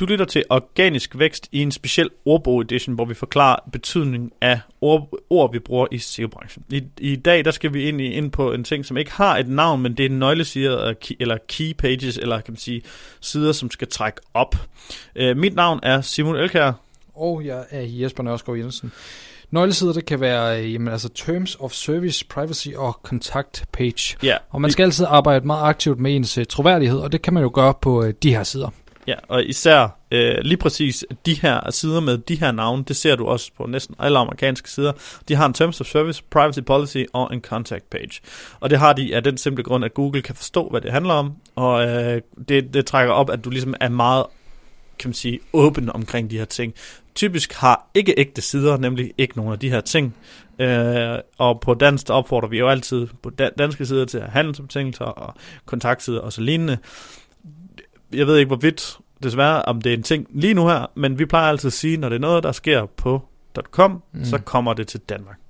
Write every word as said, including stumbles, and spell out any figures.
Du lytter til Organisk Vækst i en speciel ordbog-edition, hvor vi forklarer betydningen af ord, ord vi bruger i S E O-branchen. I, I dag der skal vi ind, i, ind på en ting, som ikke har et navn, men det er nøglesider eller key pages, eller kan man sige sider, som skal trække op. Uh, mit navn er Simon Elkjær. Og jeg er Jesper Nørskov Jensen. Nøglesider, det kan være jamen, altså Terms of Service, Privacy og Contact Page. Ja, og man skal altid arbejde meget aktivt med ens uh, troværdighed, og det kan man jo gøre på uh, de her sider. Ja, og især øh, lige præcis de her sider med de her navne, det ser du også på næsten alle amerikanske sider. De har en Terms of Service, Privacy Policy og en Contact Page. Og det har de af den simple grund, at Google kan forstå, hvad det handler om, og øh, det, det trækker op, at du ligesom er meget, kan man sige, åben omkring de her ting. Typisk har ikke ægte sider, nemlig ikke nogen af de her ting. Øh, og på dansk opfordrer vi jo altid på danske sider til handelsbetingelser og kontaktsider og så lignende. Jeg ved ikke, hvorvidt desværre, om det er en ting lige nu her, men vi plejer altid at sige, når det er noget, der sker på .com, mm. så kommer det til Danmark.